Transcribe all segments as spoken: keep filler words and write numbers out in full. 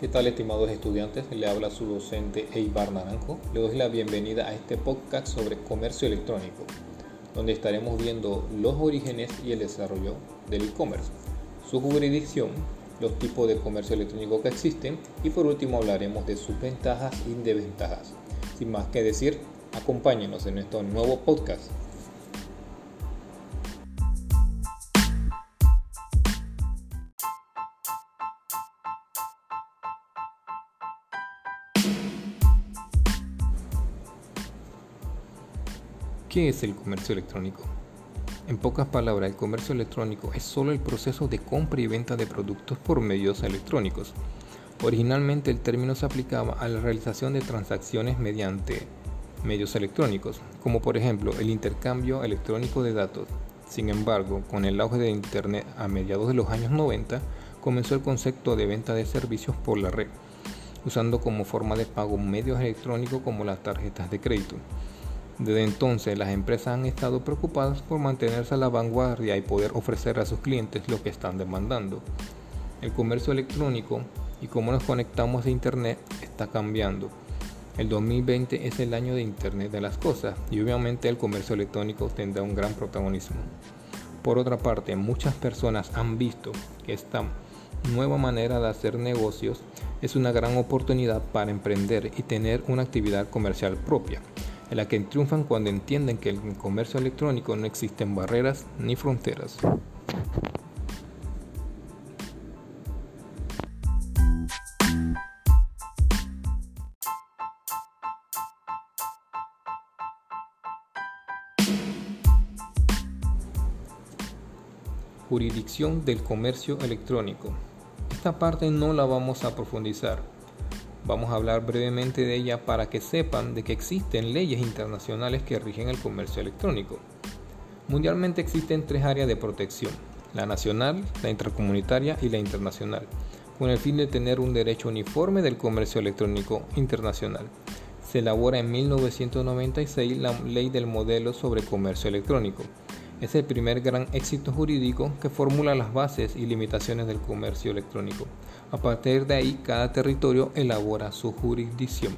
¿Qué tal, estimados estudiantes? Le habla su docente Eibar Naranjo. Le doy la bienvenida a este podcast sobre comercio electrónico, donde estaremos viendo los orígenes y el desarrollo del e-commerce, su jurisdicción, los tipos de comercio electrónico que existen y por último hablaremos de sus ventajas y desventajas. Sin más que decir, acompáñenos en nuestro nuevo podcast. ¿Qué es el comercio electrónico? En pocas palabras, el comercio electrónico es solo el proceso de compra y venta de productos por medios electrónicos. Originalmente el término se aplicaba a la realización de transacciones mediante medios electrónicos, como por ejemplo el intercambio electrónico de datos. Sin embargo, con el auge de Internet a mediados de los años noventa, comenzó el concepto de venta de servicios por la red, usando como forma de pago medios electrónicos como las tarjetas de crédito. Desde entonces, las empresas han estado preocupadas por mantenerse a la vanguardia y poder ofrecer a sus clientes lo que están demandando. El comercio electrónico y cómo nos conectamos a Internet está cambiando. El dos mil veinte es el año de Internet de las cosas y obviamente el comercio electrónico tendrá un gran protagonismo. Por otra parte, muchas personas han visto que esta nueva manera de hacer negocios es una gran oportunidad para emprender y tener una actividad comercial propia, en la que triunfan cuando entienden que en el comercio electrónico no existen barreras ni fronteras. Jurisdicción del comercio electrónico. Esta parte no la vamos a profundizar. Vamos a hablar brevemente de ella para que sepan de que existen leyes internacionales que rigen el comercio electrónico. Mundialmente existen tres áreas de protección: la nacional, la intracomunitaria y la internacional, con el fin de tener un derecho uniforme del comercio electrónico internacional. Se elabora en mil novecientos noventa y seis la Ley del Modelo sobre Comercio Electrónico. Es el primer gran éxito jurídico que formula las bases y limitaciones del comercio electrónico. A partir de ahí, cada territorio elabora su jurisdicción.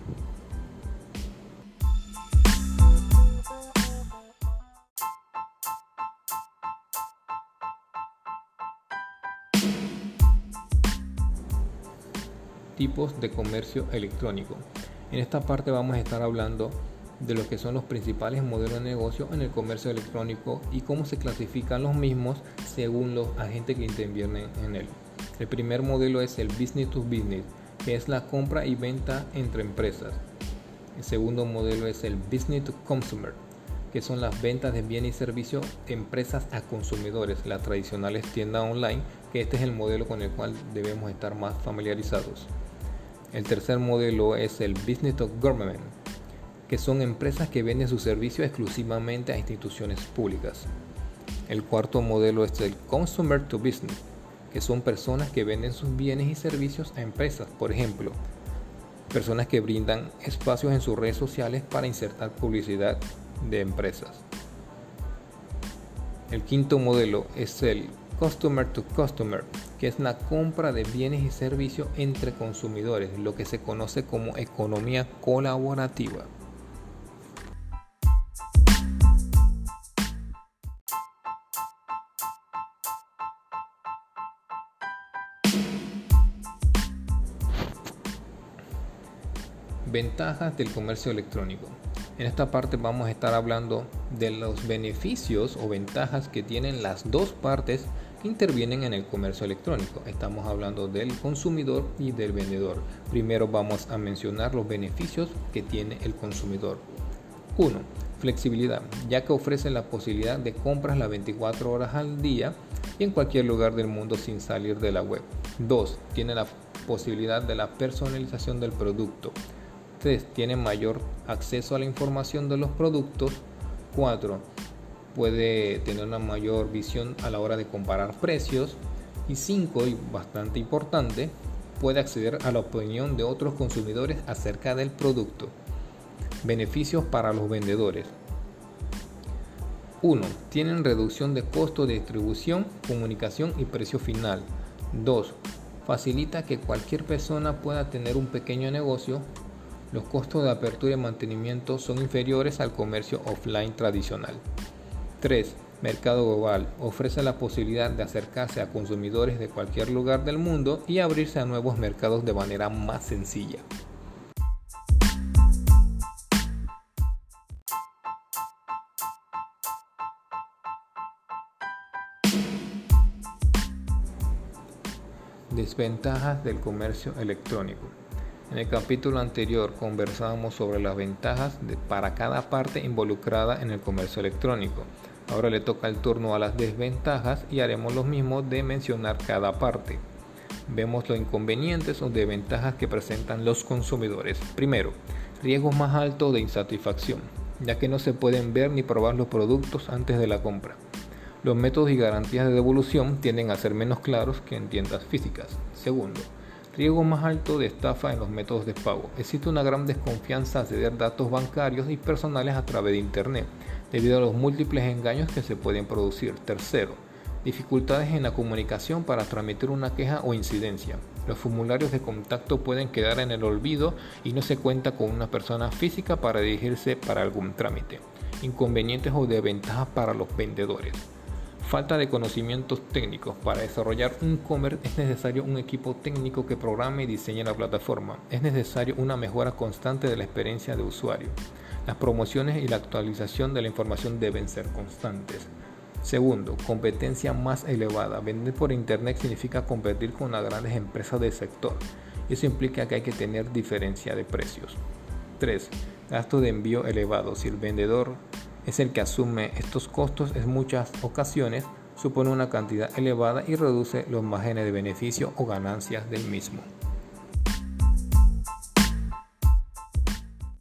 Tipos de comercio electrónico. En esta parte vamos a estar hablando de lo que son los principales modelos de negocio en el comercio electrónico y cómo se clasifican los mismos según los agentes que intervienen en él. El primer modelo es el business to business, que es la compra y venta entre empresas. El segundo modelo es el business to consumer, que son las ventas de bienes y servicios de empresas a consumidores, las tradicionales tiendas online, que este es el modelo con el cual debemos estar más familiarizados. El tercer modelo es el business to government, que son empresas que venden sus servicios exclusivamente a instituciones públicas. El cuarto modelo es el consumer to business, que son personas que venden sus bienes y servicios a empresas, por ejemplo, personas que brindan espacios en sus redes sociales para insertar publicidad de empresas. El quinto modelo es el customer to customer, que es la compra de bienes y servicios entre consumidores, lo que se conoce como economía colaborativa. Ventajas del comercio electrónico. En esta parte vamos a estar hablando de los beneficios o ventajas que tienen las dos partes que intervienen en el comercio electrónico. Estamos hablando del consumidor y del vendedor. Primero vamos a mencionar los beneficios que tiene el consumidor. uno. Flexibilidad, ya que ofrece la posibilidad de compras las veinticuatro horas al día y en cualquier lugar del mundo sin salir de la web. dos. Tiene la posibilidad de la personalización del producto. tres. Tiene mayor acceso a la información de los productos. cuatro. Puede tener una mayor visión a la hora de comparar precios. Y cinco, y bastante importante, puede acceder a la opinión de otros consumidores acerca del producto. Beneficios para los vendedores. uno. Tienen reducción de costo de distribución, comunicación y precio final. dos. Facilita que cualquier persona pueda tener un pequeño negocio. Los costos de apertura y mantenimiento son inferiores al comercio offline tradicional. tres. Mercado global. Ofrece la posibilidad de acercarse a consumidores de cualquier lugar del mundo y abrirse a nuevos mercados de manera más sencilla. Desventajas del comercio electrónico. En el capítulo anterior conversábamos sobre las ventajas de, para cada parte involucrada en el comercio electrónico. Ahora le toca el turno a las desventajas y haremos lo mismo de mencionar cada parte. Vemos los inconvenientes o desventajas que presentan los consumidores. Primero, riesgos más altos de insatisfacción, ya que no se pueden ver ni probar los productos antes de la compra. Los métodos y garantías de devolución tienden a ser menos claros que en tiendas físicas. Segundo, riesgo más alto de estafa en los métodos de pago. Existe una gran desconfianza al ceder datos bancarios y personales a través de Internet, debido a los múltiples engaños que se pueden producir. Tercero, dificultades en la comunicación para tramitar una queja o incidencia. Los formularios de contacto pueden quedar en el olvido y no se cuenta con una persona física para dirigirse para algún trámite. Inconvenientes o desventajas para los vendedores. Falta de conocimientos técnicos. Para desarrollar un e-commerce es necesario un equipo técnico que programe y diseñe la plataforma. Es necesario una mejora constante de la experiencia de usuario. Las promociones y la actualización de la información deben ser constantes. Segundo, competencia más elevada. Vender por internet significa competir con las grandes empresas del sector. Eso implica que hay que tener diferencia de precios. tres. Gasto de envío elevado. Si el vendedor es el que asume estos costos, en muchas ocasiones supone una cantidad elevada y reduce los márgenes de beneficio o ganancias del mismo.